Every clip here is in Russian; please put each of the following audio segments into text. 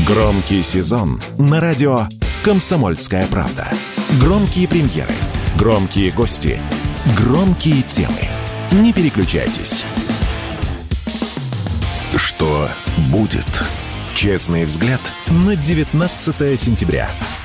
Громкий сезон на радио «Комсомольская правда». Громкие премьеры, громкие гости, громкие темы. Не переключайтесь. Что будет? Честный взгляд на 19 сентября.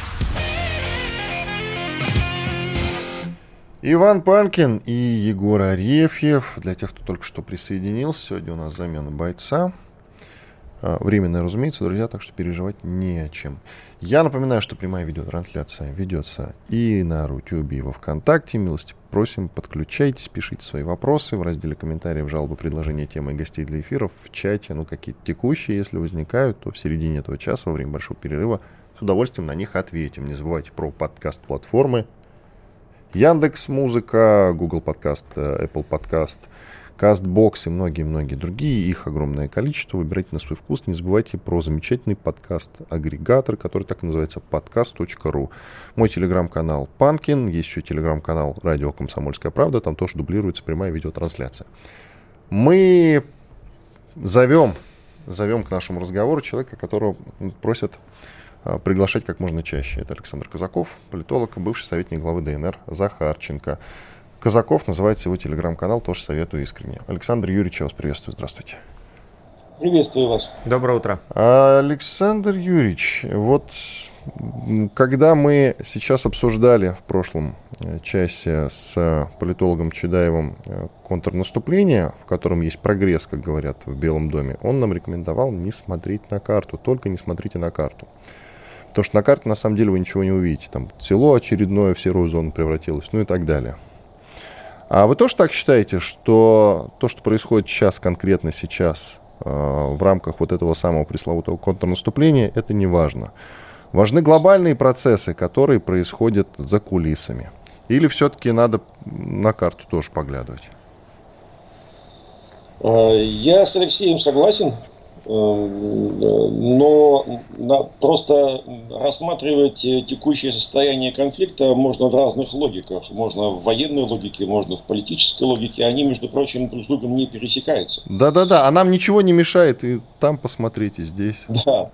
Иван Панкин и Егор Арефьев. Для тех, кто только что присоединился, сегодня у нас замена бойца. Временная, разумеется, друзья, так что переживать не о чем. Я напоминаю, что прямая видеотрансляция ведется и на Рутюбе, и во ВКонтакте. Милости просим, подключайтесь, пишите свои вопросы в разделе комментариев, жалобы, предложения, темы и гостей для эфиров в чате. Какие-то текущие, если возникают, то в середине этого часа, во время большого перерыва, с удовольствием на них ответим. Не забывайте про подкаст-платформы. Яндекс.Музыка, Google Подкаст, Apple Подкаст, Кастбокс и многие-многие другие. Их огромное количество. Выбирайте на свой вкус. Не забывайте про замечательный подкаст-агрегатор, который так и называется podcast.ru. Мой телеграм-канал Панкин. Есть еще телеграм-канал Радио Комсомольская правда. Там тоже дублируется прямая видеотрансляция. Мы зовем к нашему разговору человека, которого просят приглашать как можно чаще. Это Александр Казаков, политолог, бывший советник главы ДНР Захарченко. Казаков называется его телеграм-канал, тоже советую искренне. Александр Юрьевич, я вас приветствую, здравствуйте. Приветствую вас. Доброе утро. Александр Юрьевич, когда мы сейчас обсуждали в прошлом часе с политологом Чедаевым контрнаступление, в котором есть прогресс, как говорят в Белом доме, он нам рекомендовал не смотреть на карту, только не смотрите на карту. Потому что на карте, на самом деле, вы ничего не увидите. Там село очередное в серую зону превратилось, и так далее. А вы тоже так считаете, что то, что происходит сейчас, конкретно сейчас, в рамках этого самого пресловутого контрнаступления, это не важно? Важны глобальные процессы, которые происходят за кулисами? Или все-таки надо на карту тоже поглядывать? Я с Алексеем согласен. Но просто рассматривать текущее состояние конфликта можно в разных логиках. Можно в военной логике, можно в политической логике. Они, между прочим, друг с другом не пересекаются. Да-да-да, а нам ничего не мешает и там посмотреть, и здесь. Да.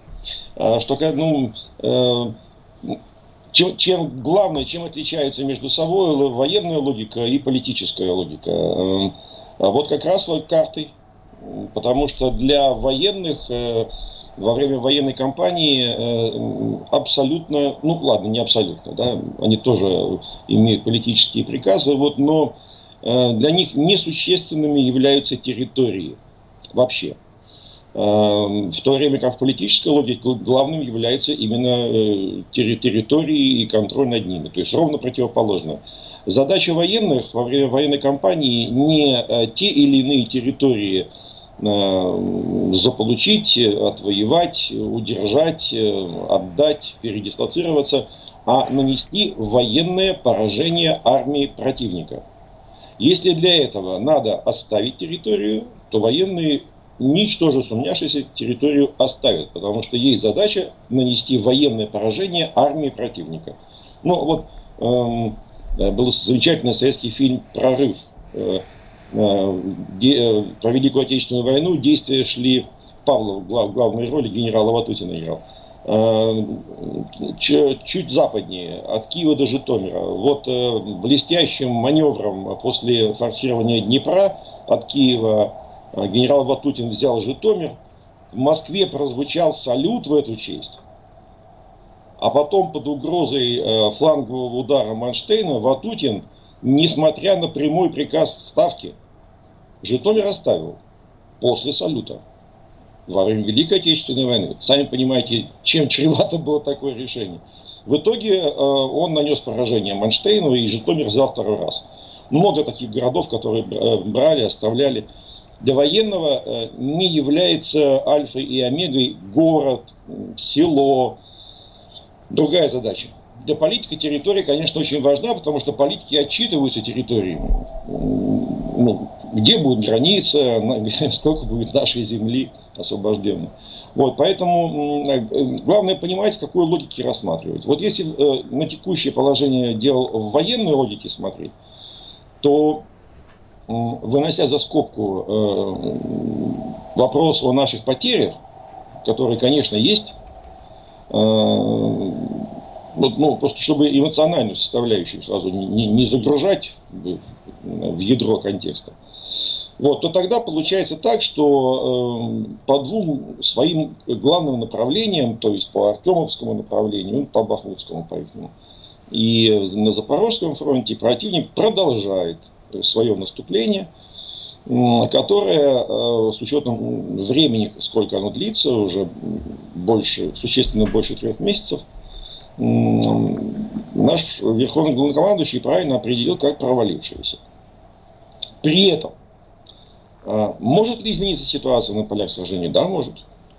Чем отличаются между собой военная логика и политическая логика? Как раз картой. Потому что для военных во время военной кампании абсолютно, не абсолютно, да, они тоже имеют политические приказы, но для них несущественными являются территории вообще. В то время как в политической логике главным является именно территории и контроль над ними. То есть ровно противоположно. Задача военных во время военной кампании не те или иные территории заполучить, отвоевать, удержать, отдать, передислоцироваться, а нанести военное поражение армии противника. Если для этого надо оставить территорию, то военные, ничтоже сумняшися, территорию оставят, потому что есть задача нанести военное поражение армии противника. Был замечательный советский фильм «Прорыв». Про Великую Отечественную войну действия шли, Павлов в главной роли, генерала Ватутина играл, чуть западнее, от Киева до Житомира. Блестящим маневром после форсирования Днепра от Киева генерал Ватутин взял Житомир. В Москве прозвучал салют в эту честь. А потом под угрозой флангового удара Манштейна Ватутин, несмотря на прямой приказ Ставки, Житомир оставил после салюта во время Великой Отечественной войны. Сами понимаете, чем чревато было такое решение. В итоге он нанес поражение Манштейну, и Житомир взял второй раз. Много таких городов, которые брали, оставляли. Для военного не является альфой и омегой город, село. Другая задача. Для политика территория, конечно, очень важна, потому что политики отчитываются территориями. Где будет граница, сколько будет нашей земли освобожденной. Поэтому главное понимать, в какой логике рассматривать. Если на текущее положение дел в военной логике смотреть, то, вынося за скобку вопрос о наших потерях, которые, конечно, есть, Просто чтобы эмоциональную составляющую сразу не загружать в ядро контекста, то тогда получается так, что по двум своим главным направлениям, то есть по Артемовскому направлению, по Бахмутскому, по-ихнему, и на Запорожском фронте противник продолжает свое наступление, которое, с учетом времени, сколько оно длится, уже существенно больше 3 месяцев, наш верховный главнокомандующий правильно определил как провалившееся. При этом, может ли измениться ситуация на полях сражений? Да, может.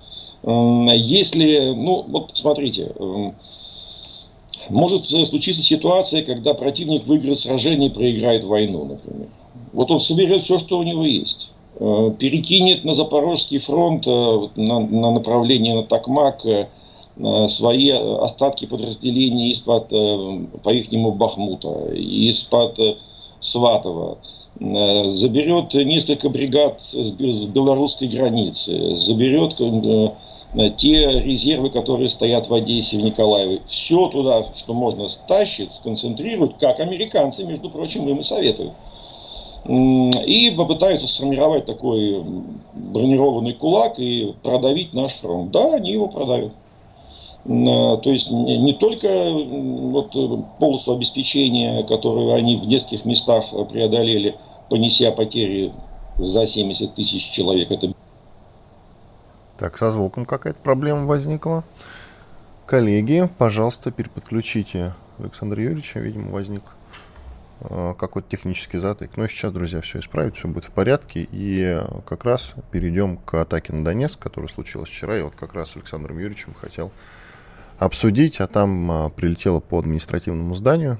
Если, смотрите, может случиться ситуация, когда противник выиграет сражение и проиграет войну, например. Он соберет все, что у него есть. Перекинет на Запорожский фронт, на направление на Токмак, свои остатки подразделений из-под, по-ихнему, Бахмута, из-под Сватова. Заберет несколько бригад с белорусской границы, заберет те резервы, которые стоят в Одессе, в Николаеве. Все туда, что можно, стащит, сконцентрирует, как американцы, между прочим, им и советуют. И попытаются сформировать такой бронированный кулак и продавить наш фронт. Да, они его продавят. То есть не только полосу обеспечения, которую они в нескольких местах преодолели, понеся потери за 70 тысяч человек. Так, со звуком какая-то проблема возникла. Коллеги, пожалуйста, переподключите Александра Юрьевича. Видимо, возник какой-то технический затык. Но сейчас, друзья, все исправит, все будет в порядке. И как раз перейдем к атаке на Донецк, которая случилась вчера. И как раз с Александром Юрьевичем хотел обсудить, а там прилетело по административному зданию.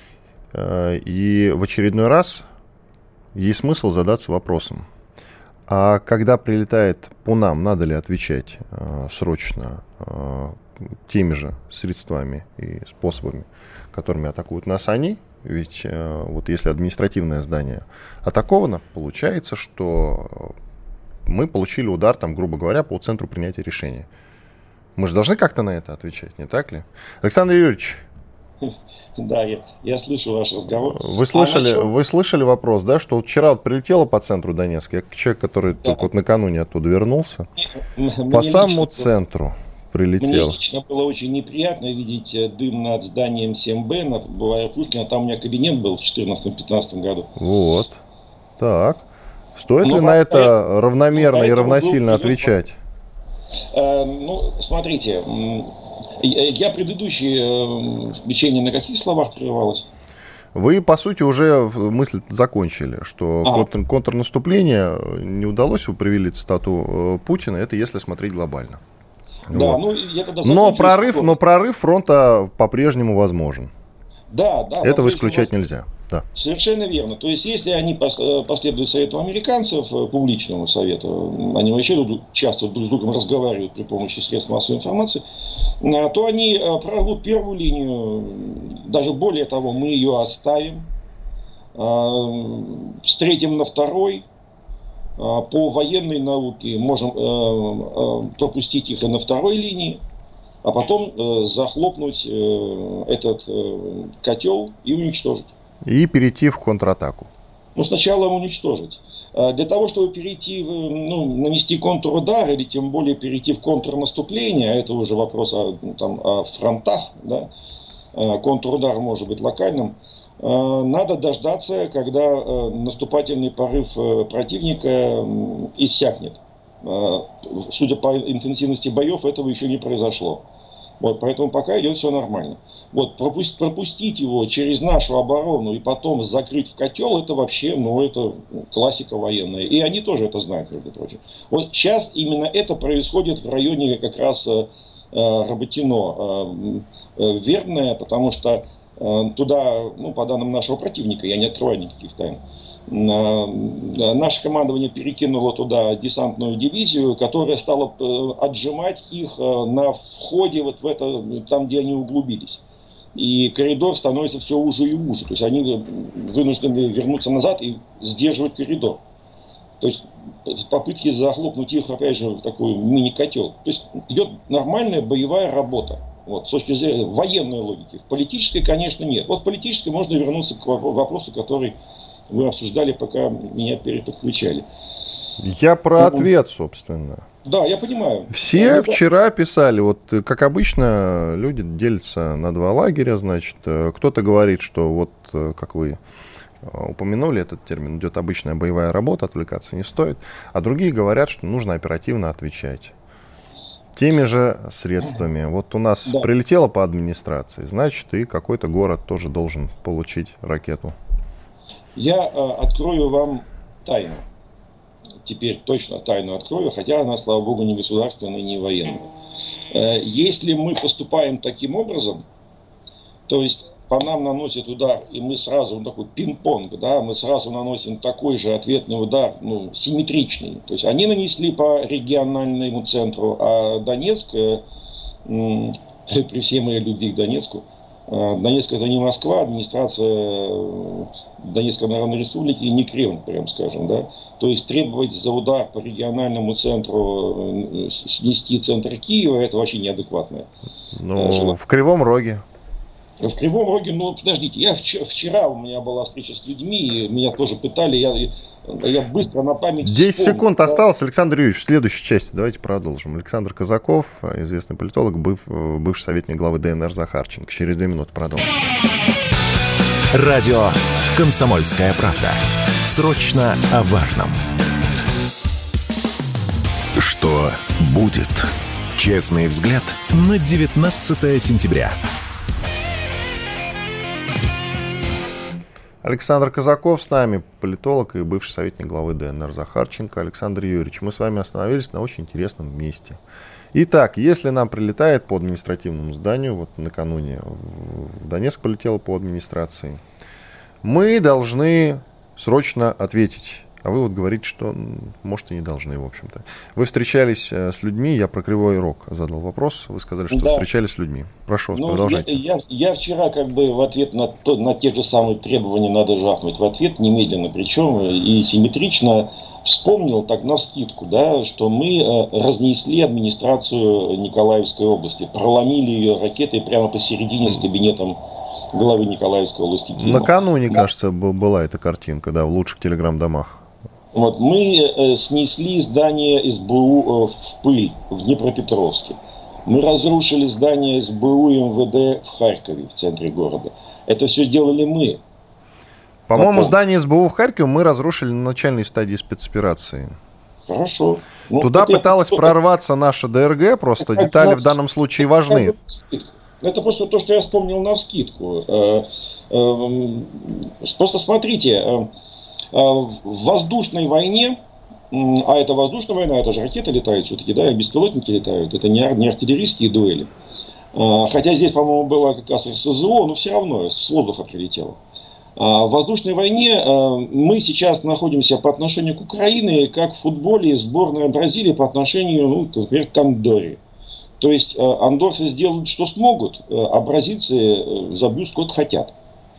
И в очередной раз есть смысл задаться вопросом. А когда прилетает по нам, надо ли отвечать срочно теми же средствами и способами, которыми атакуют нас они? Ведь если административное здание атаковано, получается, что мы получили удар, грубо говоря, по центру принятия решения. Мы же должны как-то на это отвечать, не так ли? Александр Юрьевич. Да, я слышу ваш разговор. Вы слышали вопрос, да, что вчера прилетело по центру Донецка, я человек, который только накануне оттуда вернулся, по самому центру прилетело. Мне лично было очень неприятно видеть дым над зданием 7Б на бульваре Пушкина. Там у меня кабинет был в 2014-2015 году. Вот. Так. Стоит ли на это равномерно и равносильно отвечать? Смотрите, я предыдущие впечатления на каких словах прерывалось? Вы, по сути, уже мысль закончили, что контрнаступление не удалось, вы привели цитату Путина, это если смотреть глобально. Да, я тогда закончил. Но прорыв фронта по-прежнему возможен. Да. Этого исключать нельзя. Да. Совершенно верно. То есть, если они последуют совету американцев, публичному совету, они вообще часто друг с другом разговаривают при помощи средств массовой информации, то они прорвут первую линию, даже более того, мы ее оставим, встретим на второй, по военной науке можем пропустить их и на второй линии, а потом захлопнуть этот котел и уничтожить. И перейти в контратаку. Сначала уничтожить. Для того, чтобы перейти, нанести контрудар или тем более перейти в контрнаступление, это уже вопрос о фронтах, да? Контрудар может быть локальным, надо дождаться, когда наступательный порыв противника иссякнет. Судя по интенсивности боев, этого еще не произошло. Поэтому пока идет все нормально. Пропустить его через нашу оборону и потом закрыть в котел, это вообще, это классика военная. И они тоже это знают, между прочим. Сейчас именно это происходит в районе как раз Роботино, Вербное, потому что туда, по данным нашего противника, я не открываю никаких тайн, наше командование перекинуло туда десантную дивизию, которая стала отжимать их на входе в это, там, где они углубились. И коридор становится все уже и уже. То есть они вынуждены вернуться назад и сдерживать коридор. То есть попытки захлопнуть их, опять же, в такой мини-котел. То есть идет нормальная боевая работа. Вот, с точки зрения военной логики. В политической, конечно, нет. Вот в политической можно вернуться к вопросу, который вы обсуждали, пока меня переподключали. Я про ответ, собственно. Да, я понимаю. Все вчера писали, вот как обычно, люди делятся на два лагеря, значит, кто-то говорит, что вот, как вы упомянули этот термин, идет обычная боевая работа, отвлекаться не стоит, а другие говорят, что нужно оперативно отвечать теми же средствами. Вот у нас прилетело по администрации, значит, и какой-то город тоже должен получить ракету. Я открою вам тайну. Теперь точно тайну открою, хотя она, слава богу, не государственная, не военная. Если мы поступаем таким образом, то есть по нам наносят удар, и мы сразу, такой пинг-понг, да, мы сразу наносим такой же ответный удар, симметричный. То есть они нанесли по региональному центру, а Донецк, при всей моей любви к Донецку, Донецк — это не Москва, администрация Донецкой Народной Республики не Кремль, прям скажем, да. То есть требовать за удар по региональному центру снести центр Киева — это вообще неадекватное. В Кривом Роге. В Кривом Роге, подождите, я вчера у меня была встреча с людьми, и меня тоже пытали, я быстро на память 10 вспомнил. секунд осталось. Александр Юрьевич, в следующей части давайте продолжим. Александр Казаков, известный политолог, бывший советник главы ДНР Захарченко. Через 2 минуты продолжим. Радио «Комсомольская правда». Срочно о важном. Что будет? Честный взгляд на 19 сентября. Александр Казаков с нами, политолог и бывший советник главы ДНР Захарченко. Александр Юрьевич, мы с вами остановились на очень интересном месте. Итак, если нам прилетает по административному зданию, вот накануне в Донецк полетело по администрации, мы должны срочно ответить. А вы вот говорите, что, может, и не должны, в общем-то. Вы встречались с людьми, я про Кривой Рог задал вопрос, вы сказали, что встречались с людьми. Прошу вас, продолжайте. Я вчера в ответ на те же самые требования надо жахнуть в ответ немедленно, причем и симметрично вспомнил так навскидку, да, что мы разнесли администрацию Николаевской области, проломили ее ракетой прямо посередине с кабинетом главы Николаевской области. Накануне, кажется, была эта картинка, да, в лучших телеграм-домах. Вот, мы снесли здание СБУ в пыль в Днепропетровске. Мы разрушили здание СБУ и МВД в Харькове, в центре города. Это все сделали мы. По-моему, здание СБУ в Харькове мы разрушили на начальной стадии спецоперации. Хорошо. Туда пыталась прорваться наша ДРГ, просто детали в данном случае важны. Это просто то, что я вспомнил навскидку. Просто смотрите, в воздушной войне, а это воздушная война, это же ракеты летают все-таки, да, и беспилотники летают, это не артиллерийские дуэли. Хотя здесь, по-моему, было как раз РСЗО, но все равно с воздуха прилетело. В воздушной войне мы сейчас находимся по отношению к Украине, как в футболе сборная Бразилии по отношению, например, к Андорре. То есть андорцы сделают, что смогут, а бразильцы забьют сколько хотят.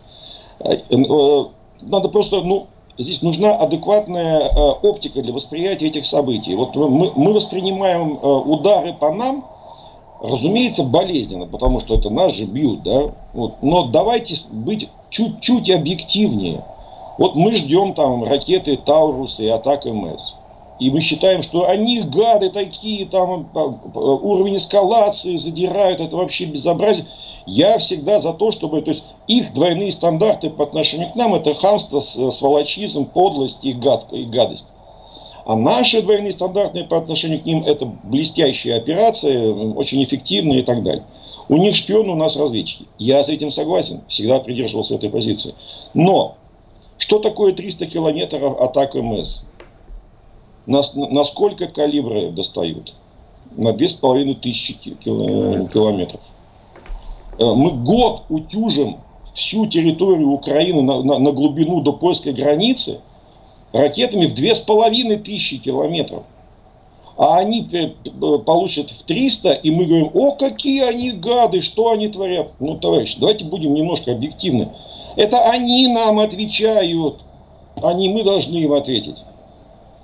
Надо просто, здесь нужна адекватная оптика для восприятия этих событий. Вот мы воспринимаем удары по нам, разумеется, болезненно, потому что это нас же бьют, да. Вот. Но давайте быть чуть-чуть объективнее. Вот мы ждем там ракеты Таурус и атак МС. И мы считаем, что они гады такие, там уровень эскалации задирают, это вообще безобразие. Я всегда за то, чтобы, то есть их двойные стандарты по отношению к нам — это хамство, сволочизм, подлость и гадость. А наши двойные стандарты по отношению к ним — это блестящие операции, очень эффективные и так далее. У них шпионы, у нас разведчики. Я с этим согласен, всегда придерживался этой позиции. Но что такое 300 километров атак МС? На сколько калибры достают? На 2500 километров. Мы год утюжим всю территорию Украины на глубину до польской границы ракетами в 2500 километров. А они получат в 300, и мы говорим: о, какие они гады, что они творят. Товарищи, давайте будем немножко объективны. Это они нам отвечают, мы должны им ответить.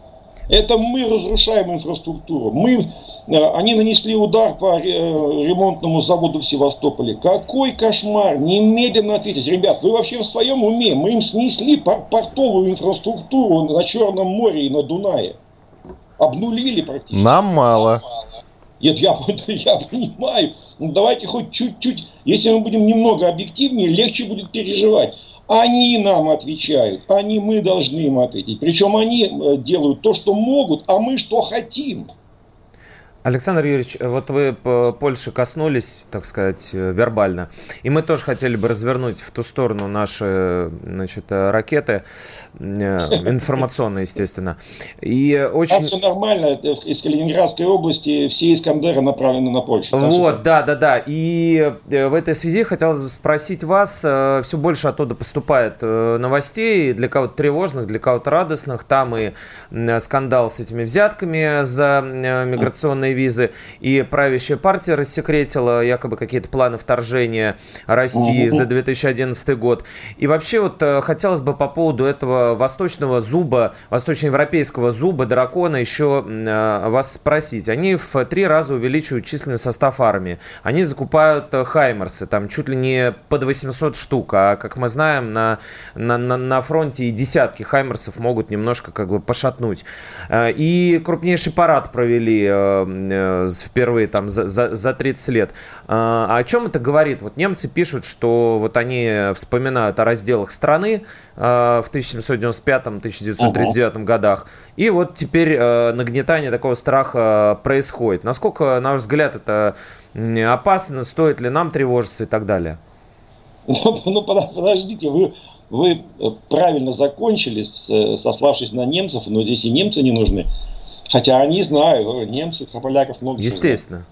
Это мы разрушаем инфраструктуру. Они нанесли удар по ремонтному заводу в Севастополе. Какой кошмар! Немедленно ответить. Ребят, вы вообще в своем уме? Мы им снесли портовую инфраструктуру на Черном море и на Дунае. Обнулили практически. Нам мало. Нет, я понимаю. Но давайте хоть чуть-чуть, если мы будем немного объективнее, легче будет переживать. Они нам отвечают, мы должны им ответить. Причем они делают то, что могут, а мы что хотим. Александр Юрьевич, вот вы Польши коснулись, так сказать, вербально. И мы тоже хотели бы развернуть в ту сторону наши, значит, ракеты, информационные, естественно. И очень... Там все нормально. Из Калининградской области все «Искандеры» направлены на Польшу. Вот, да. И в этой связи хотелось бы спросить вас, все больше оттуда поступает новостей, для кого-то тревожных, для кого-то радостных. Там и скандал с этими взятками за миграционные визы, и правящая партия рассекретила якобы какие-то планы вторжения России за 2011 год. И вообще вот хотелось бы по поводу этого восточного зуба, восточноевропейского зуба, дракона, еще вас спросить. Они в 3 раза увеличивают численный состав армии. Они закупают хаймерсы, там чуть ли не под 800 штук, а как мы знаем, на фронте и десятки хаймерсов могут немножко как бы пошатнуть. И крупнейший парад провели впервые там за 30 лет. О чем это говорит? Вот немцы пишут, что вот они вспоминают о разделах страны в 1795-1939 годах. И вот теперь нагнетание такого страха происходит. Насколько, на ваш взгляд, это опасно? Стоит ли нам тревожиться и так далее? Ну, подождите, вы правильно закончили, сославшись на немцев, но здесь и немцы не нужны. Хотя они знают, немцы, про поляков много. Естественно.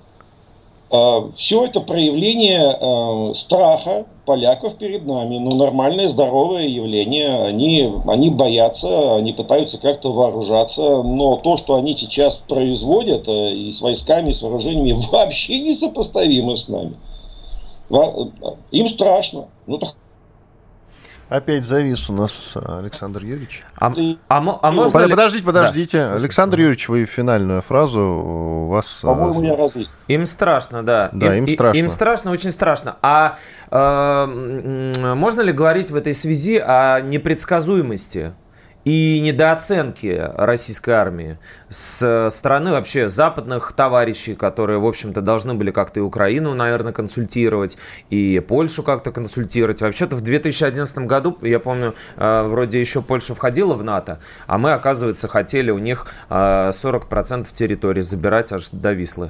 Все это проявление страха поляков перед нами. Ну, нормальное, здоровое явление. Они боятся, они пытаются как-то вооружаться. Но то, что они сейчас производят и с войсками, и с вооружениями, вообще несопоставимо с нами. Им страшно. Ну, так... Опять завис у нас Александр Юрьевич. Подождите. Да. Александр Юрьевич, вы финальную фразу у вас... По-моему, я развит. Им страшно, да. Им страшно. Им страшно, очень страшно. А можно ли говорить в этой связи о непредсказуемости и недооценки российской армии с стороны вообще западных товарищей, которые, в общем-то, должны были как-то и Украину, наверное, консультировать, и Польшу как-то консультировать. Вообще-то в 2011 году, я помню, вроде еще Польша входила в НАТО, а мы, оказывается, хотели у них 40% территории забирать аж до Вислы.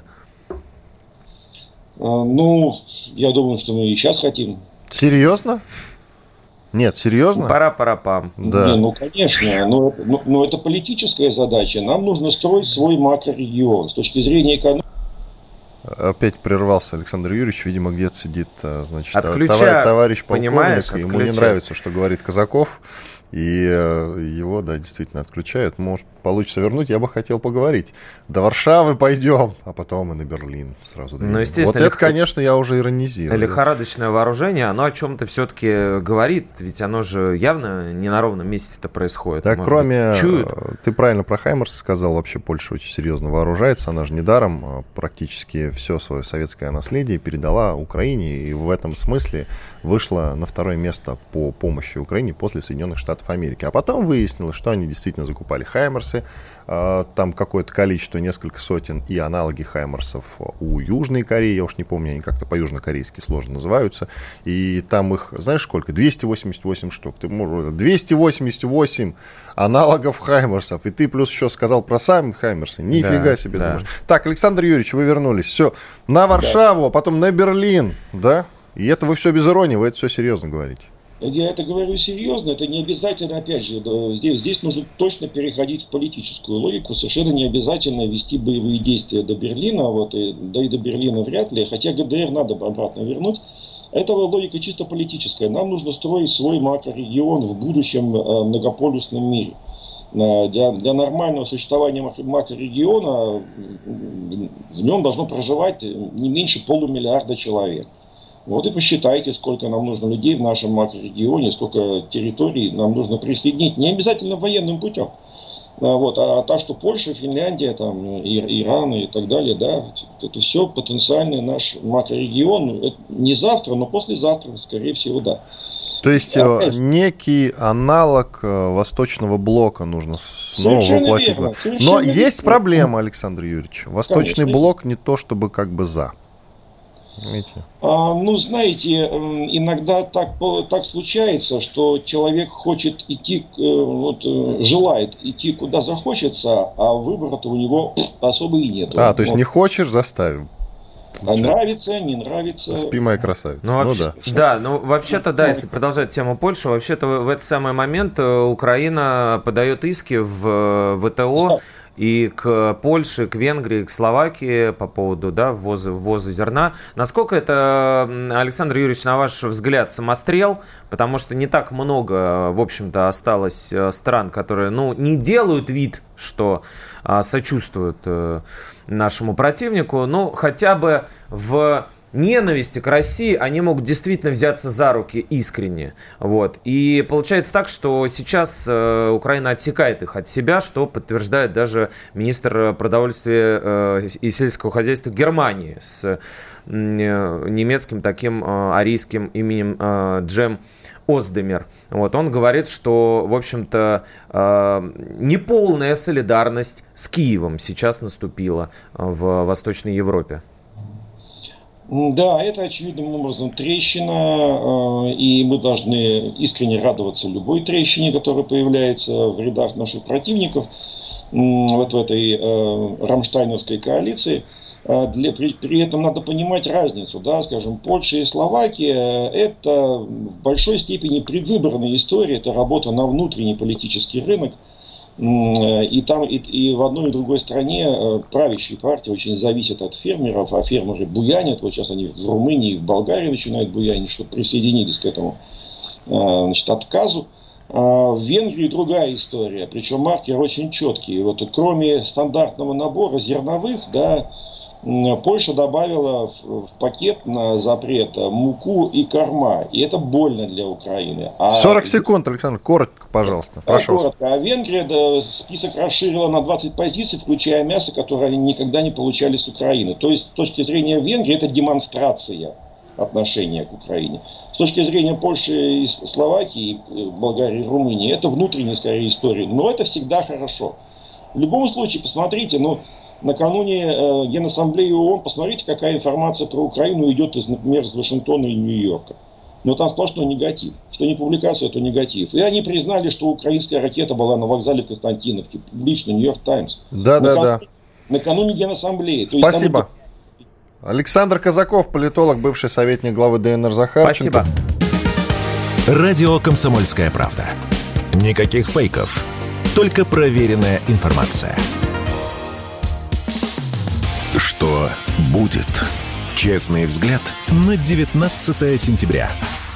Ну, я думаю, что мы и сейчас хотим. Серьезно? Нет, серьезно? Пара-пара-пам. Да. Не, ну, конечно, но это политическая задача. Нам нужно строить свой макрорегион. С точки зрения экономики. Опять прервался Александр Юрьевич, видимо, где-то сидит, значит, Отключа, товарищ полковник, и ему не нравится, что говорит Казаков, и его, да, действительно отключают. Может, получится вернуть, я бы хотел поговорить. До Варшавы пойдем, а потом и на Берлин сразу. Ну, естественно, вот это, конечно, я уже иронизирую. Лихорадочное вооружение, оно о чем-то все-таки говорит, ведь оно же явно не на ровном месте-то происходит. Да, кроме... Ты правильно про Хаймерс сказал, вообще Польша очень серьезно вооружается, она же недаром практически все свое советское наследие передала Украине, и в этом смысле вышла на 2-е место по помощи Украине после Соединенных Штатов Америки. А потом выяснилось, что они действительно закупали Хаймерсы, там какое-то количество, несколько сотен, и аналоги Хаймерсов у Южной Кореи, я уж не помню, они как-то по-южно-корейски сложно называются, и там их, знаешь сколько? 288 штук. 288 аналогов Хаймерсов, и ты плюс еще сказал про сами Хаймерсы. Нифига себе, да. Думаешь. Так, Александр Юрьевич, вы вернулись. Все, на Варшаву, а потом на Берлин, да? И это вы все без иронии, вы это все серьезно говорите. Я это говорю серьезно, это не обязательно, опять же, здесь нужно точно переходить в политическую логику, совершенно не обязательно вести боевые действия до Берлина, да и до Берлина вряд ли, хотя ГДР надо бы обратно вернуть. Эта логика чисто политическая. Нам нужно строить свой макрорегион в будущем многополюсном мире. Для нормального существования макрорегиона в нем должно проживать не меньше 500 000 человек. Вот и посчитайте, сколько нам нужно людей в нашем макрорегионе, сколько территорий нам нужно присоединить. Не обязательно военным путем. Вот. А так что Польша, Финляндия, там, Иран и так далее, да, это все потенциальный наш макрорегион. Это не завтра, но послезавтра, скорее всего, да. То есть некий аналог Восточного блока нужно снова воплотить. Но есть проблема, Александр Юрьевич. Восточный блок не то чтобы как бы за. Знаете, иногда так случается, что человек хочет идти, желает идти куда захочется, а выбора-то у него особо и нет. То есть не хочешь, заставим. Нравится, не нравится. Спи, моя красавица. Вообще-то, да, если продолжать тему Польши, вообще-то в этот самый момент Украина подает иски в ВТО и к Польше, к Венгрии, к Словакии по поводу ввоза зерна. Насколько это, Александр Юрьевич, на ваш взгляд, самострел? Потому что не так много, в общем-то, осталось стран, которые, не делают вид, что сочувствуют нашему противнику, хотя бы в ненависти к России они могут действительно взяться за руки искренне. Вот. И получается так, что сейчас Украина отсекает их от себя, что подтверждает даже министр продовольствия и сельского хозяйства Германии с немецким таким арийским именем Джем Оздемир. Вот, он говорит, что, в общем-то, неполная солидарность с Киевом сейчас наступила в Восточной Европе. Да, это очевидным образом трещина, и мы должны искренне радоваться любой трещине, которая появляется в рядах наших противников в этой рамштайновской коалиции. При этом надо понимать разницу, да, скажем, Польша и Словакия – это в большой степени предвыборная история, это работа на внутренний политический рынок, и там и в одной и в другой стране правящие партии очень зависят от фермеров, а фермеры буянят, вот сейчас они в Румынии и в Болгарии начинают буянить, чтобы присоединились к этому отказу. В Венгрии другая история, причем маркер очень четкий. Вот кроме стандартного набора зерновых, да, Польша добавила в пакет на запрет муку и корма. И это больно для Украины. 40 секунд, Александр, коротко, пожалуйста. Прошу. Коротко. А Венгрия список расширила на 20 позиций, включая мясо, которое они никогда не получали с Украины. То есть, с точки зрения Венгрии, это демонстрация отношения к Украине. С точки зрения Польши и Словакии, Болгарии и Румынии, это внутренняя, скорее, история. Но это всегда хорошо. В любом случае, посмотрите, накануне Генассамблеи ООН, посмотрите, какая информация про Украину идет, например, из Вашингтона и Нью-Йорка. Но там сплошной негатив. Что не публикация, то негатив. И они признали, что украинская ракета была на вокзале в Константиновке. Публично, Нью-Йорк Таймс. Да. Накануне Генассамблеи. Спасибо. Александр Казаков, политолог, бывший советник главы ДНР Захарченко. Спасибо. Радио «Комсомольская правда». Никаких фейков, только проверенная информация. Что будет? Честный взгляд на 19 сентября.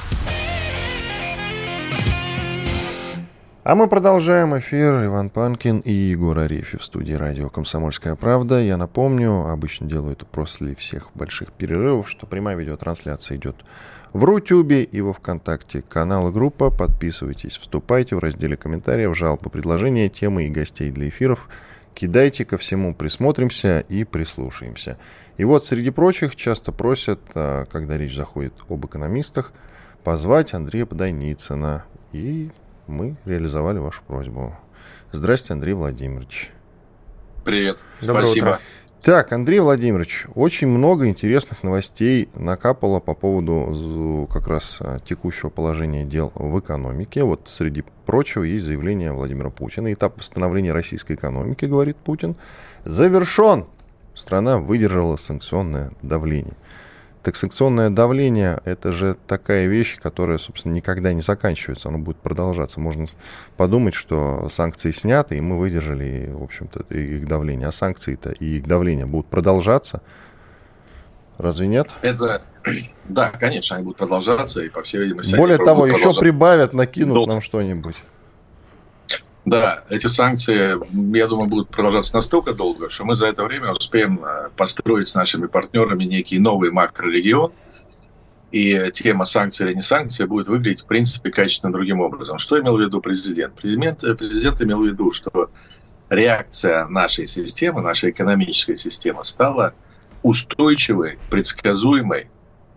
А мы продолжаем эфир. Иван Панкин и Егор Арефьев в студии радио «Комсомольская правда». Я напомню, обычно делаю это после всех больших перерывов, что прямая видеотрансляция идет в Рутюбе и во Вконтакте. Канал и группа. Подписывайтесь, вступайте в разделе комментариев, жалобы, предложения, темы и гостей для эфиров. Кидайте, ко всему присмотримся и прислушаемся. И вот, среди прочих, часто просят, когда речь заходит об экономистах, позвать Андрея Подойницына. И мы реализовали вашу просьбу. Здрасте, Андрей Владимирович. Привет. Доброе Спасибо. утро. Так, Андрей Владимирович, очень много интересных новостей накапало по поводу как раз текущего положения дел в экономике. Вот среди прочего есть заявление Владимира Путина. Этап восстановления российской экономики, говорит Путин, завершен. Страна выдержала санкционное давление. Так санкционное давление – это же такая вещь, которая, собственно, никогда не заканчивается, оно будет продолжаться. Можно подумать, что санкции сняты, и мы выдержали, в общем-то, их давление. А санкции-то и их давление будут продолжаться. Разве нет? Да, конечно, они будут продолжаться, и, по всей видимости... Более того, еще прибавят, накинут нам что-нибудь. Да, эти санкции, я думаю, будут продолжаться настолько долго, что мы за это время успеем построить с нашими партнерами некий новый макрорегион, и тема санкций или не санкций будет выглядеть, в принципе, качественно другим образом. Что имел в виду президент? Президент имел в виду, что реакция нашей системы, нашей экономической системы стала устойчивой, предсказуемой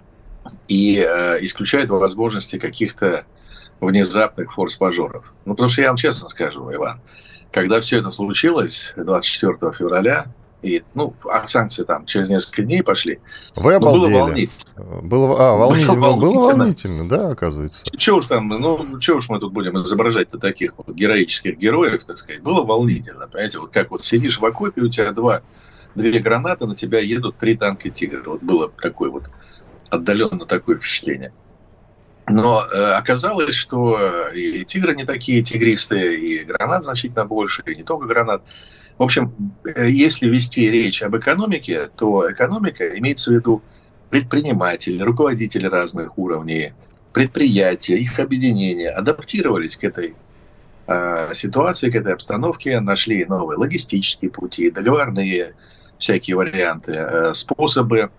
и исключает возможности каких-то внезапных форс-мажоров. Ну, потому что я вам честно скажу, Иван, когда все это случилось 24 февраля, и, санкции там через несколько дней пошли, вы обалдели. Было волнительно. Было волнительно, да, оказывается. Чего уж мы тут будем изображать-то таких вот героических героев, так сказать. Было волнительно, понимаете, вот как вот сидишь в окопе, у тебя две гранаты, на тебя едут 3 танка «Тигр». Вот было такое вот отдаленно такое впечатление. Но оказалось, что и «Тигры» не такие тигристые, и гранат значительно больше, и не только гранат. В общем, если вести речь об экономике, то экономика имеется в виду предприниматели, руководители разных уровней, предприятия, их объединения адаптировались к этой ситуации, к этой обстановке, нашли новые логистические пути, договорные всякие варианты, способы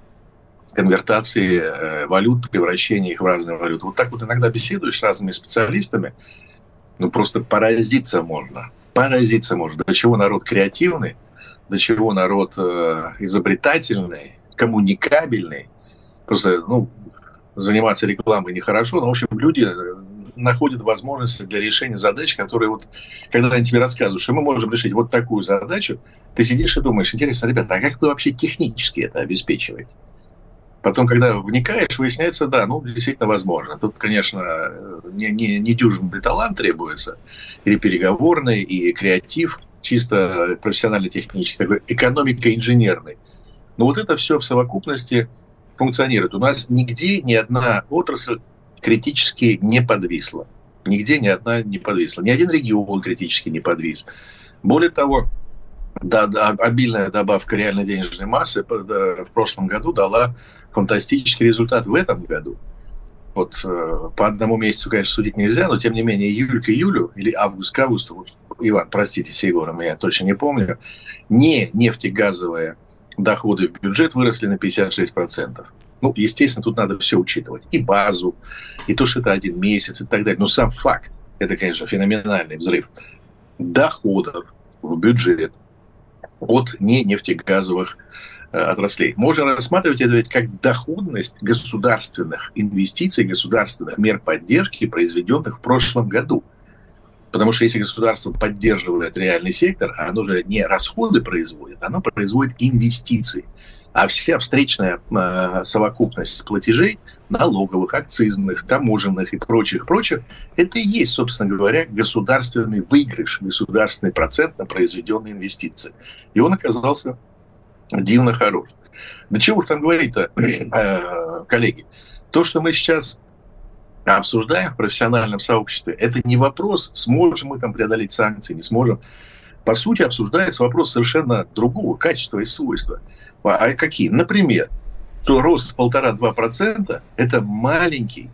конвертации валют, превращения их в разные валюты. Вот так вот иногда беседуешь с разными специалистами, просто поразиться можно. До чего народ креативный, до чего народ изобретательный, коммуникабельный. Просто, заниматься рекламой нехорошо, но, в общем, люди находят возможности для решения задач, которые вот, когда они тебе рассказывают, что мы можем решить вот такую задачу, ты сидишь и думаешь, интересно, ребята, а как вы вообще технически это обеспечиваете? Потом, когда вникаешь, выясняется, да, действительно возможно. Тут, конечно, не дюжинный талант требуется, и переговорный, и креатив, чисто профессионально-технический, такой экономико-инженерный. Но вот это все в совокупности функционирует. У нас нигде ни одна отрасль критически не подвисла. Нигде ни одна не подвисла. Ни один регион критически не подвис. Более того, обильная добавка реальной денежной массы в прошлом году дала фантастический результат в этом году. Вот по одному месяцу, конечно, судить нельзя, но тем не менее июль к июлю или август к августу, Иван, простите, с Егором, я точно не помню, не нефтегазовые доходы в бюджет выросли на 56%. Естественно, тут надо все учитывать. И базу, и то, что это один месяц, и так далее. Но сам факт, это, конечно, феноменальный взрыв доходов в бюджет от нефтегазовых отраслей. Можно рассматривать это ведь как доходность государственных инвестиций, государственных мер поддержки, произведенных в прошлом году. Потому что если государство поддерживает реальный сектор, оно же не расходы производит, оно производит инвестиции. А вся встречная совокупность платежей, налоговых, акцизных, таможенных и прочих, это и есть, собственно говоря, государственный выигрыш, государственный процент на произведенные инвестиции. И он оказался дивно хорош. Да чего уж там говорить-то, коллеги? То, что мы сейчас обсуждаем в профессиональном сообществе, это не вопрос, сможем мы там преодолеть санкции, не сможем. По сути, обсуждается вопрос совершенно другого качества и свойства. А какие? Например, что рост 1,5-2% – это маленький,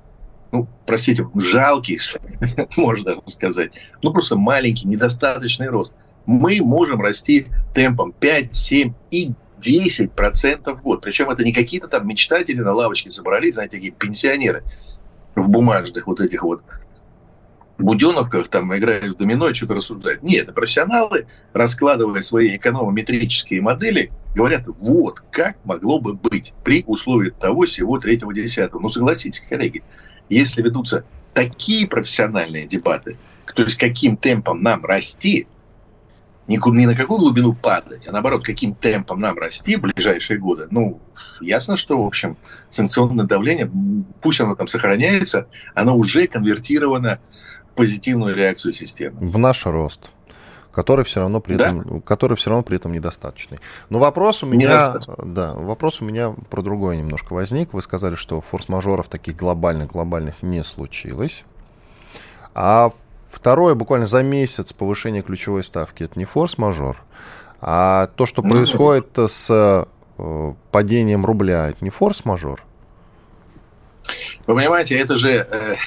жалкий, можно даже сказать, просто маленький, недостаточный рост. Мы можем расти темпом 5, 7 и 10% в год. Причем это не какие-то там мечтатели на лавочке собрались, знаете, такие пенсионеры в бумажных вот этих вот буденовках там играют в домино и что-то рассуждают. Нет, это профессионалы, раскладывая свои экономометрические модели, говорят, вот как могло бы быть при условии того, сего, 3-го, 10-го. Согласитесь, коллеги, если ведутся такие профессиональные дебаты, то есть каким темпом нам расти, ни на какую глубину падать, а наоборот, каким темпом нам расти в ближайшие годы, ясно, что, в общем, санкционное давление, пусть оно там сохраняется, оно уже конвертировано в позитивную реакцию системы. В наш рост, который все равно при этом недостаточный. Но вопрос у меня про другое немножко возник. Вы сказали, что форс-мажоров таких глобальных не случилось. А второе, буквально за месяц повышение ключевой ставки, это не форс-мажор, а то, что происходит с падением рубля, это не форс-мажор. Вы понимаете, это же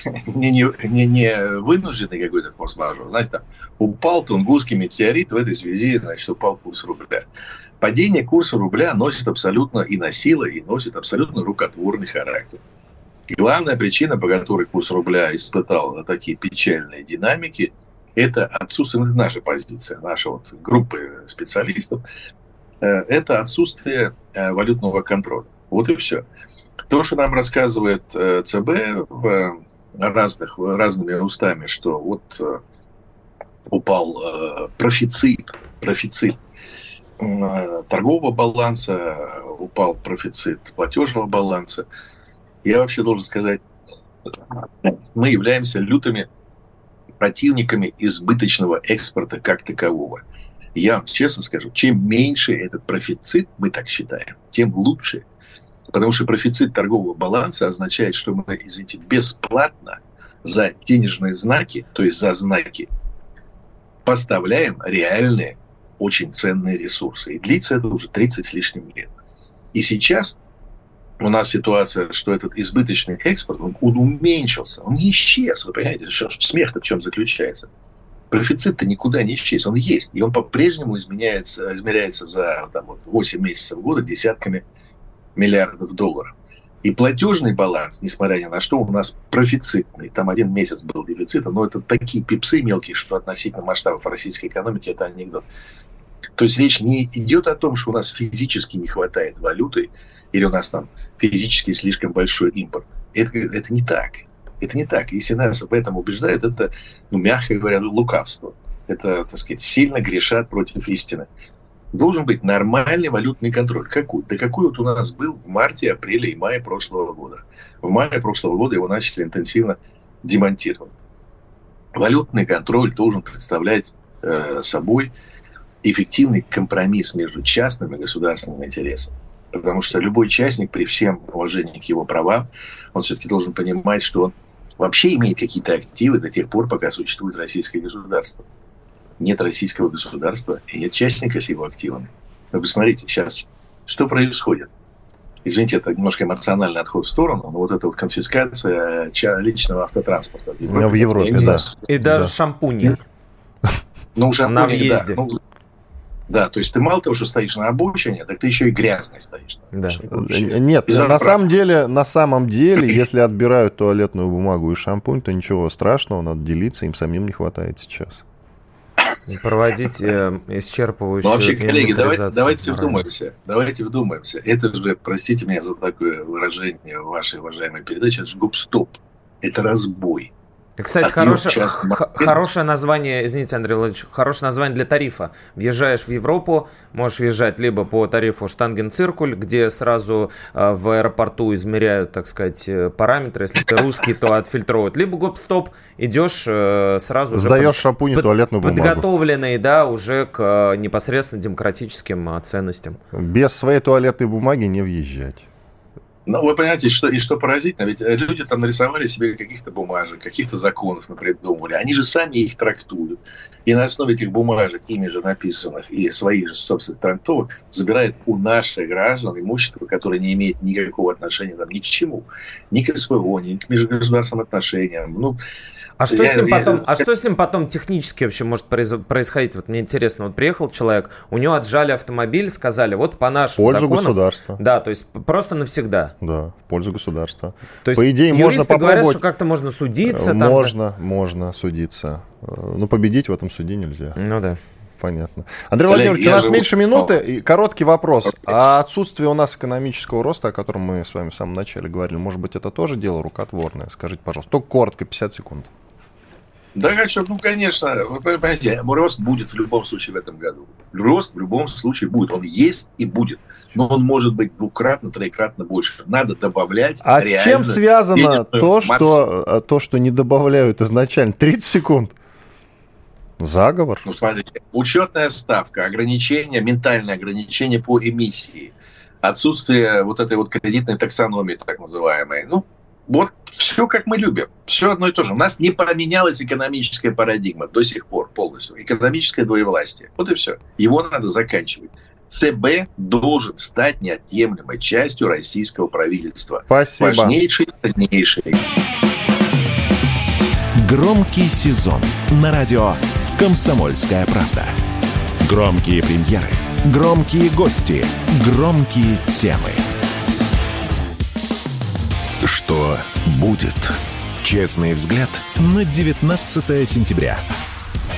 не вынужденный какой-то форс-мажор. Знаете, там упал Тунгусский метеорит, в этой связи, упал курс рубля. Падение курса рубля носит абсолютно и носило, и носит абсолютно рукотворный характер. И главная причина, по которой курс рубля испытал такие печальные динамики, это отсутствие, это наша позиция, наша вот группы специалистов, это отсутствие валютного контроля. Вот и все. То, что нам рассказывает ЦБ разными устами, что вот упал профицит торгового баланса, упал профицит платежного баланса. Я вообще должен сказать, мы являемся лютыми противниками избыточного экспорта как такового. Я вам честно скажу, чем меньше этот профицит, мы так считаем, тем лучше. Потому что профицит торгового баланса означает, что мы, извините, бесплатно за денежные знаки, то есть за знаки, поставляем реальные, очень ценные ресурсы. И длится это уже 30 с лишним лет. И сейчас у нас ситуация, что этот избыточный экспорт, он уменьшился, он не исчез. Вы понимаете, смех-то в чем заключается? Профицит-то никуда не исчез, он есть. И он по-прежнему измеряется за 8 месяцев года десятками миллиардов долларов. И платежный баланс, несмотря ни на что, у нас профицитный. Там 1 месяц был дефицита, но это такие пипсы мелкие, что относительно масштабов российской экономики это анекдот. То есть речь не идет о том, что у нас физически не хватает валюты, или у нас там физически слишком большой импорт. Это не так. Это не так. Если нас об этом убеждают, это, мягко говоря, лукавство. Это, так сказать, сильно грешат против истины. Должен быть нормальный валютный контроль. Какой? Да какой вот у нас был в марте, апреле и мае прошлого года. В мае прошлого года его начали интенсивно демонтировать. Валютный контроль должен представлять собой эффективный компромисс между частным и государственным интересом. Потому что любой частник, при всем уважении к его правам, он все-таки должен понимать, что он вообще имеет какие-то активы до тех пор, пока существует российское государство. Нет российского государства и нет частника с его активами. Вы посмотрите сейчас, что происходит. Извините, это немножко эмоциональный отход в сторону, но вот эта вот конфискация личного автотранспорта. В Европе, да. И даже шампуни. Ну, шампуни, на въезде. Да. Да, то есть ты мало того, что стоишь на обочине, так ты еще и грязный стоишь. Да. Нет, на самом деле, если отбирают туалетную бумагу и шампунь, то ничего страшного, надо делиться, им самим не хватает сейчас. Проводить исчерпывающую... Ну, вообще, коллеги, давайте вдумаемся. Это же, простите меня за такое выражение в вашей уважаемой передаче, это же гоп-стоп. Это разбой. Кстати, хорошее название, извините, Андрей Владимирович, хорошее название для тарифа. Въезжаешь в Европу, можешь въезжать либо по тарифу Штангенциркуль, где сразу в аэропорту измеряют, так сказать, параметры. Если ты русский, то отфильтровывают. Либо гоп-стоп, идешь сразу... Сдаешь шампунь и туалетную бумагу. Подготовленный, да, уже к непосредственно демократическим ценностям. Без своей туалетной бумаги не въезжать. Ну, вы понимаете, что поразительно, ведь люди там нарисовали себе каких-то бумажек, каких-то законов напридумывали, они же сами их трактуют. И на основе этих бумажек, ими же написанных, и своих же собственных трактовок, забирают у наших граждан имущество, которое не имеет никакого отношения там, ни к чему, ни к СВО, ни к межгосударственным отношениям. Ну, что с ним потом технически вообще может происходить? Вот мне интересно, вот приехал человек, у него отжали автомобиль, сказали, вот по нашим законам... В пользу государства. Да, то есть просто навсегда. Да, в пользу государства. То есть по идее, можно попробовать... говорят, что как-то можно судиться. Можно судиться. Но победить в этом суде нельзя. Ну да. Понятно. Андрей Владимирович, у нас меньше минуты. И короткий вопрос. А отсутствие у нас экономического роста, о котором мы с вами в самом начале говорили, может быть, это тоже дело рукотворное? Скажите, пожалуйста. Только коротко, 50 секунд. Да, конечно, вы понимаете, рост будет в любом случае в этом году. Рост в любом случае будет. Он есть и будет. Но он может быть 2-кратно, 3-кратно больше. Надо добавлять. А с чем связано то, что не добавляют изначально? 30 секунд. Заговор? Ну, смотрите, учетная ставка, ограничения, ментальные ограничения по эмиссии, отсутствие вот этой вот кредитной таксономии, так называемой. Ну, вот все как мы любим. Все одно и то же. У нас не поменялась экономическая парадигма до сих пор полностью. Экономическое двоевластие. Вот и все. Его надо заканчивать. ЦБ должен стать неотъемлемой частью российского правительства. Спасибо. Важнейший, ценнейший. Громкий сезон на радио «Комсомольская правда». Громкие премьеры, громкие гости, громкие темы. Что будет? Честный взгляд на 19 сентября.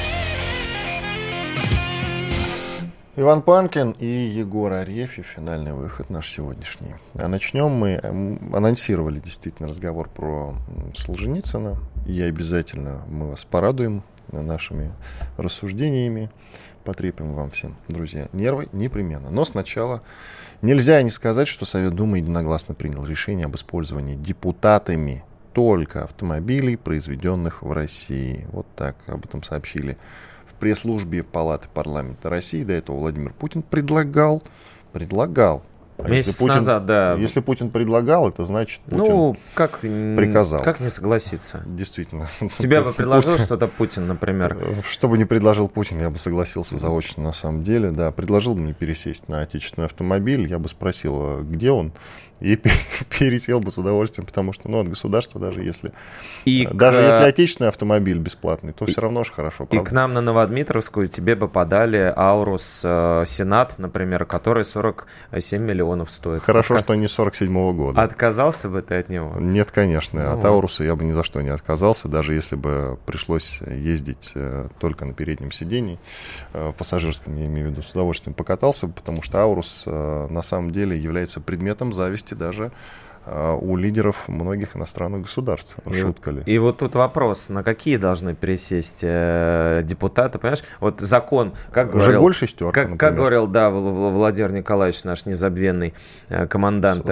Иван Панкин и Егор Арефьев. Финальный выход наш сегодняшний. А начнем мы. Анонсировали действительно разговор про Солженицына. И обязательно мы вас порадуем нашими рассуждениями. Потрепим вам всем, друзья, нервы непременно. Но сначала нельзя не сказать, что Совет Думы единогласно принял решение об использовании депутатами только автомобилей, произведенных в России. Вот так об этом сообщили в пресс-службе Палаты парламента России. До этого Владимир Путин предлагал. А месяц назад, да. Если Путин предлагал, это значит, Путин приказал. Как не согласиться? Действительно. Тебя бы предложил что-то Путин, например? Что бы ни предложил Путин, я бы согласился заочно на самом деле. Да, предложил бы мне пересесть на отечественный автомобиль, я бы спросил, где он, и пересел бы с удовольствием, потому что, от государства, даже если отечественный автомобиль бесплатный, то все равно же хорошо, правда? И к нам на Новодмитровскую тебе бы подали Аурус Сенат, например, который 47 миллионов стоит. Хорошо, что не 47-го года. Отказался бы ты от него? Нет, конечно. От Ауруса я бы ни за что не отказался, даже если бы пришлось ездить только на переднем сидении, пассажирском, я имею в виду, с удовольствием покатался бы, потому что Аурус на самом деле является предметом зависти даже у лидеров многих иностранных государств. Шутка ли? И вот тут вопрос, на какие должны пересесть депутаты, понимаешь? Вот закон, как говорил... Жигуль шестерка, как говорил, да, Владимир Николаевич, наш незабвенный командант.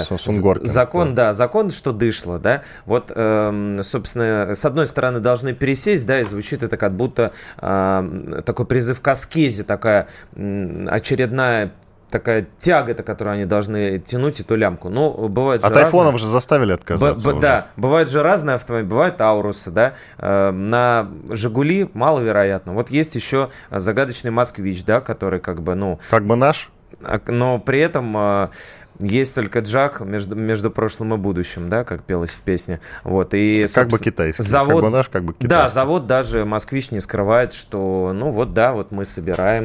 Закон, что дышло, да? Вот, собственно, с одной стороны должны пересесть, да, и звучит это как будто такой призыв к аскезе, такая очередная такая тяга-то, которую они должны тянуть, эту лямку. Но бывает же от айфонов же заставили отказаться уже. Да, бывают же разные автомобили, бывают Аурусы, да. На Жигули маловероятно. Вот есть еще загадочный Москвич, да, который как бы наш. Но при этом есть только Джак между прошлым и будущим, да, как пелось в песне. Вот, и, как бы китайский. Завод, как бы наш, как бы китайский. Да, завод даже Москвич не скрывает, что, мы собираем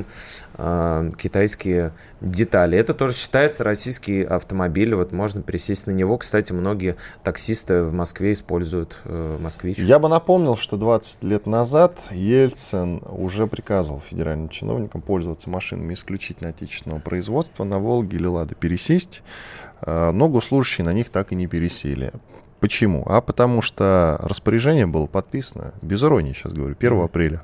китайские детали. Это тоже считается российский автомобиль. Вот можно пересесть на него. Кстати, многие таксисты в Москве используют Москвич. Я бы напомнил, что 20 лет назад Ельцин уже приказывал федеральным чиновникам пользоваться машинами исключительно отечественного производства, на Волге или Ладе пересесть, но госслужащие на них так и не пересели. Почему? Потому что распоряжение было подписано, без иронии сейчас говорю, 1 апреля.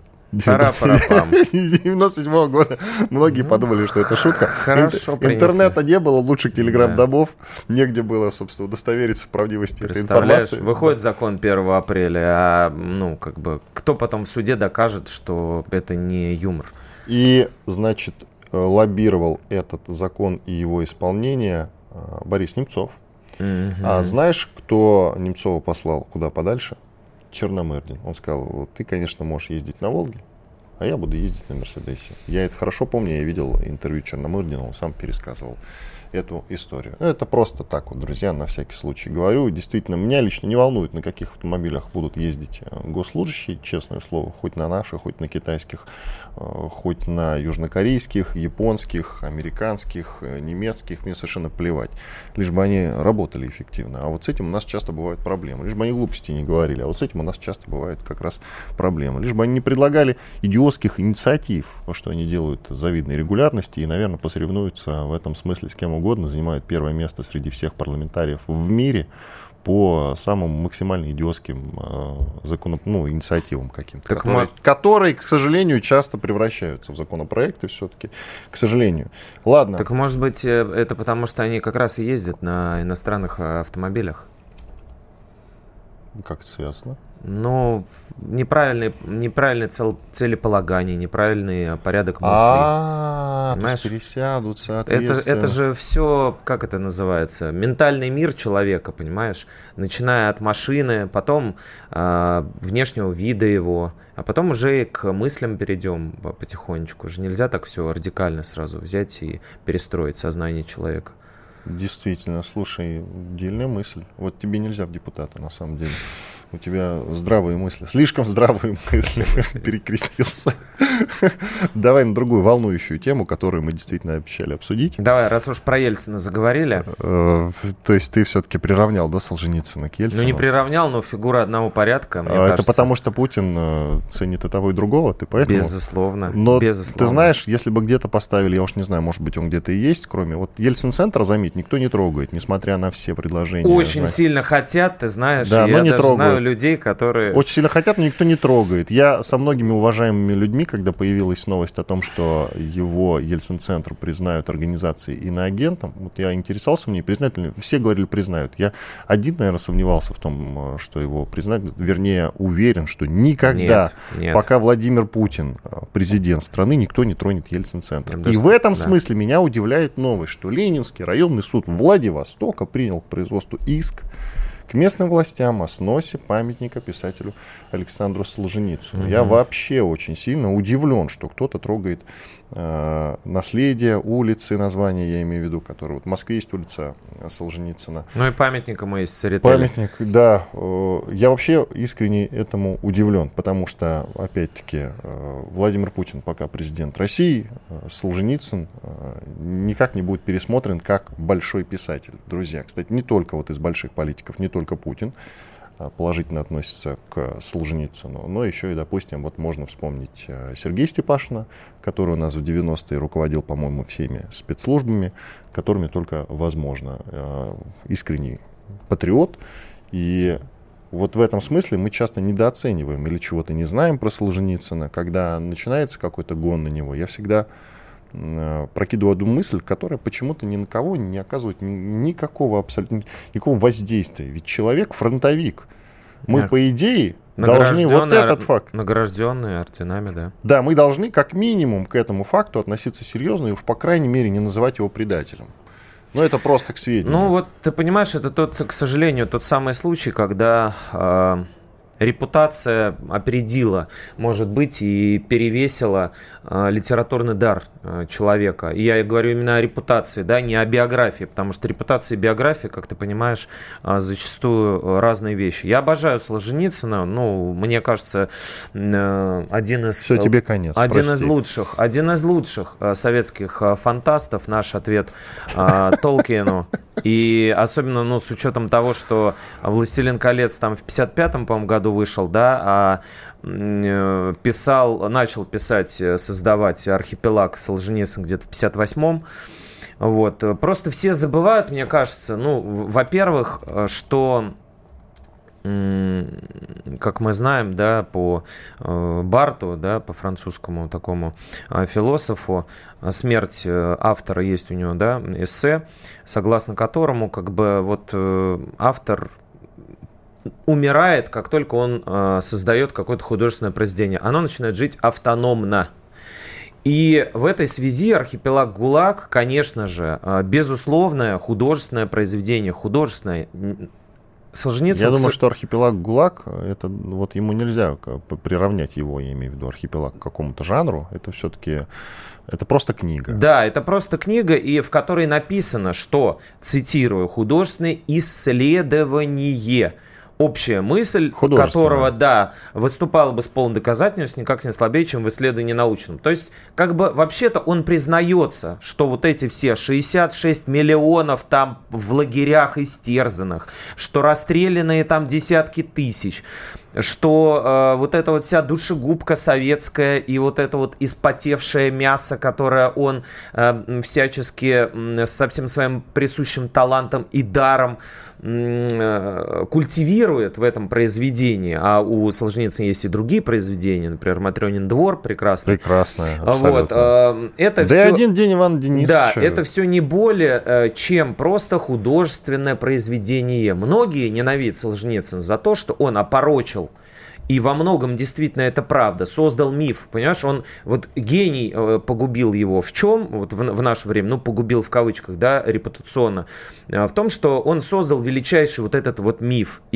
97-го года. Многие подумали, что это шутка. Интернета не было, лучших телеграм-домов. Негде было, собственно, удостовериться в правдивости этой информации. Выходит закон 1 апреля, а кто потом в суде докажет, что это не юмор? И, значит, лоббировал этот закон и его исполнение Борис Немцов. А знаешь, кто Немцова послал куда подальше? Черномырдин. Он сказал, ты, конечно, можешь ездить на Волге, а я буду ездить на Мерседесе. Я это хорошо помню, я видел интервью Черномырдина, он сам пересказывал эту историю. Это просто так вот, друзья, на всякий случай говорю. Действительно, меня лично не волнует, на каких автомобилях будут ездить госслужащие, честное слово, хоть на наших, хоть на китайских, хоть на южнокорейских, японских, американских, немецких, мне совершенно плевать. Лишь бы они работали эффективно. А вот с этим у нас часто бывают проблемы. Лишь бы они глупости не говорили, а вот с этим у нас часто бывают как раз проблемы. Лишь бы они не предлагали идиотских инициатив, что они делают с завидной регулярности и, наверное, посоревнуются в этом смысле с кем угодно, занимают первое место среди всех парламентариев в мире по самым максимально идиотским инициативам каким-то, которые, к сожалению, часто превращаются в законопроекты все-таки, к сожалению. Ладно. Так может быть это потому, что они как раз и ездят на иностранных автомобилях? Как это связано? Неправильное целеполагание, неправильный порядок мыслей. То есть пересядут, соответственно. Это же все, как это называется, ментальный мир человека, понимаешь? Начиная от машины, потом внешнего вида его, а потом уже и к мыслям перейдем потихонечку. Уже нельзя так все радикально сразу взять и перестроить сознание человека. Действительно, слушай, дельная мысль. Вот тебе нельзя в депутаты, на самом деле. У тебя здравые мысли. Слишком здравые мысли. Перекрестился. Давай на другую волнующую тему, которую мы действительно обещали обсудить. Давай, раз уж про Ельцина заговорили. То есть ты все-таки приравнял, да, Солженицына к Ельцину? Ну, не приравнял, но фигура одного порядка, мне это кажется. потому, что Путин ценит и того, и другого? Ты поэтому? Безусловно. Но безусловно. Ты знаешь, если бы где-то поставили, я уж не знаю, может быть, он где-то и есть, кроме... Вот Ельцин-центр, заметь, никто не трогает, несмотря на все предложения. Очень сильно хотят, ты знаешь, да, я но не даже трогают. знаю людей, которые... Очень сильно хотят, но никто не трогает. Я со многими уважаемыми людьми, когда появилась новость о том, что его Ельцин-центр признают организацией иноагентом, вот я интересовался мне, признают ли, все говорили, признают. Я один, наверное, сомневался в том, что его признают, вернее, уверен, что никогда, нет. пока Владимир Путин президент страны, никто не тронет Ельцин-центр. И в этом смысле меня удивляет новость, что Ленинский районный суд Владивостока принял к производству иск к местным властям о сносе памятника писателю Александру Солженицыну. Я вообще очень сильно удивлен, что кто-то трогает наследие улицы, название я имею в виду, которое вот в Москве есть улица Солженицына. Ну и памятник ему есть в Церетели. Памятник, да. Я вообще искренне этому удивлен, потому что, опять-таки, Владимир Путин пока президент России, Солженицын никак не будет пересмотрен как большой писатель. Друзья, кстати, не только вот из больших политиков, не только Путин положительно относится к Солженицыну, но еще и, допустим, вот можно вспомнить Сергея Степашина, который у нас в 90-е руководил, по-моему, всеми спецслужбами, которыми только возможно. Искренний патриот. И вот в этом смысле мы часто недооцениваем или чего-то не знаем про Солженицына. Когда начинается какой-то гон на него, я всегда прокидываю одну мысль, которая почему-то ни на кого не оказывает никакого абсолютно никакого воздействия. Ведь человек фронтовик. Мы, по идее, должны вот этот факт. Награжденные орденами, да. Да, мы должны как минимум к этому факту относиться серьезно и уж по крайней мере не называть его предателем. Но это просто к сведению. Ну вот ты понимаешь, это к сожалению, тот самый случай, когда репутация опередила, может быть, и перевесила литературный дар человека. И я говорю именно о репутации, да, не о биографии, потому что репутация и биография, как ты понимаешь, зачастую разные вещи. Я обожаю Солженицына, ну, мне кажется, один из... Все, тебе конец, один из лучших советских фантастов, наш ответ Толкиену. И особенно, ну, с учетом того, что «Властелин колец» там в 55-м, по-моему, году вышел, да, начал писать, создавать «Архипелаг» Солженицын где-то в 58-м. Вот. Просто все забывают, мне кажется, ну, во-первых, что, как мы знаем, да, по Барту, да, по французскому такому философу, смерть автора есть у него, да, эссе, согласно которому, как бы, вот автор умирает, как только он создает какое-то художественное произведение. Оно начинает жить автономно. И в этой связи «Архипелаг ГУЛАГ», конечно же, безусловное художественное произведение, художественное. Солженицын, я думаю, что «Архипелаг ГУЛАГ», это вот ему нельзя приравнять его, я имею в виду, «Архипелаг» к какому-то жанру. Это все-таки, это просто книга. Да, это просто книга, и в которой написано, что, цитирую, «художественное исследование». Общая мысль, которого, да, выступала бы с полной доказательностью, никак не слабее, чем в исследовании научном. То есть, как бы, вообще-то он признается, что вот эти все 66 миллионов там в лагерях истерзанных, что расстрелянные там десятки тысяч, что вот эта вот вся душегубка советская и вот это вот испотевшее мясо, которое он всячески со всем своим присущим талантом и даром культивирует в этом произведении, а у Солженицына есть и другие произведения, например, «Матрёнин двор» прекрасное. Прекрасное, абсолютно. Вот, это да все, и «Один день Ивана Денисовича». Да, это все не более чем просто художественное произведение. Многие ненавидят Солженицына за то, что он опорочил. И во многом действительно это правда. Создал миф, понимаешь, он вот гений погубил его в чем, вот в наше время, ну погубил в кавычках, да, репутационно, в том, что он создал величайший вот этот вот миф. И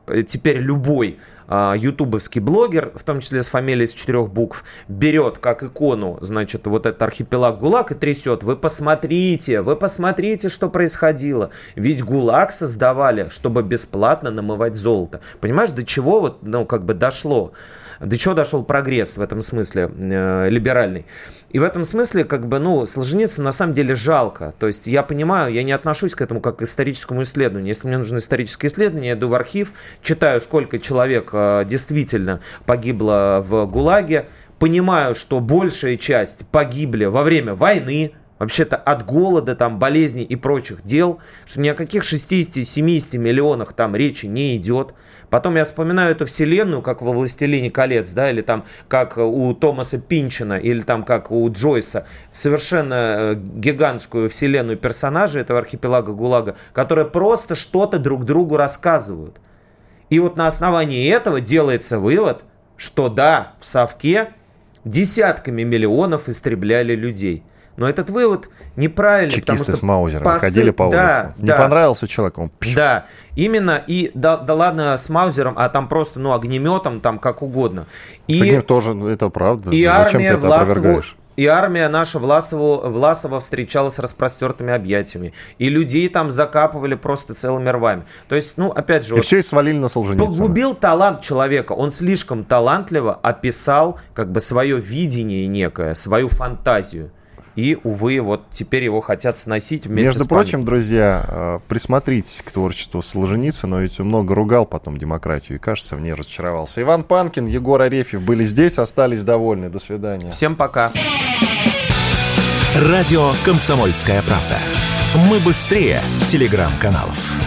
теперь любой ютубовский блогер, в том числе с фамилией с 4 букв, берет как икону, значит, вот этот архипелаг ГУЛАГ и трясет. Вы посмотрите, что происходило. Ведь ГУЛАГ создавали, чтобы бесплатно намывать золото. Понимаешь, до чего вот, дошло? До чего дошел прогресс в этом смысле либеральный? И в этом смысле, Солженицына на самом деле жалко. То есть я понимаю, я не отношусь к этому как к историческому исследованию. Если мне нужно историческое исследование, я иду в архив, читаю, сколько человек действительно погибло в ГУЛАГе, понимаю, что большая часть погибли во время войны, вообще-то от голода, болезней и прочих дел, что ни о каких 60-70 миллионах там речи не идет. Потом я вспоминаю эту вселенную, как во «Властелине колец», или как у Томаса Пинчина, или как у Джойса, совершенно гигантскую вселенную персонажей этого архипелага ГУЛАГа, которые просто что-то друг другу рассказывают. И вот на основании этого делается вывод, что да, в Совке десятками миллионов истребляли людей. Но этот вывод неправильный. Чекисты с маузерами ходили по улице. Не понравился человек, он... Да, именно. И да ладно с маузером, а там просто огнеметом, как угодно. И... С огнем тоже, это правда. И зачем ты это опровергаешь? И армия наша Власова встречала с распростертыми объятиями. И людей там закапывали просто целыми рвами. То есть, опять же... И все и свалили на Солженицына. Погубил талант человека. Он слишком талантливо описал свое видение некое, свою фантазию. И, увы, вот теперь его хотят сносить вместе с Между прочим, друзья, присмотритесь к творчеству Солженицына, но ведь он много ругал потом демократию и, кажется, в ней разочаровался. Иван Панкин, Егор Арефьев были здесь, остались довольны. До свидания. Всем пока. Радио «Комсомольская правда». Мы быстрее телеграм-каналов.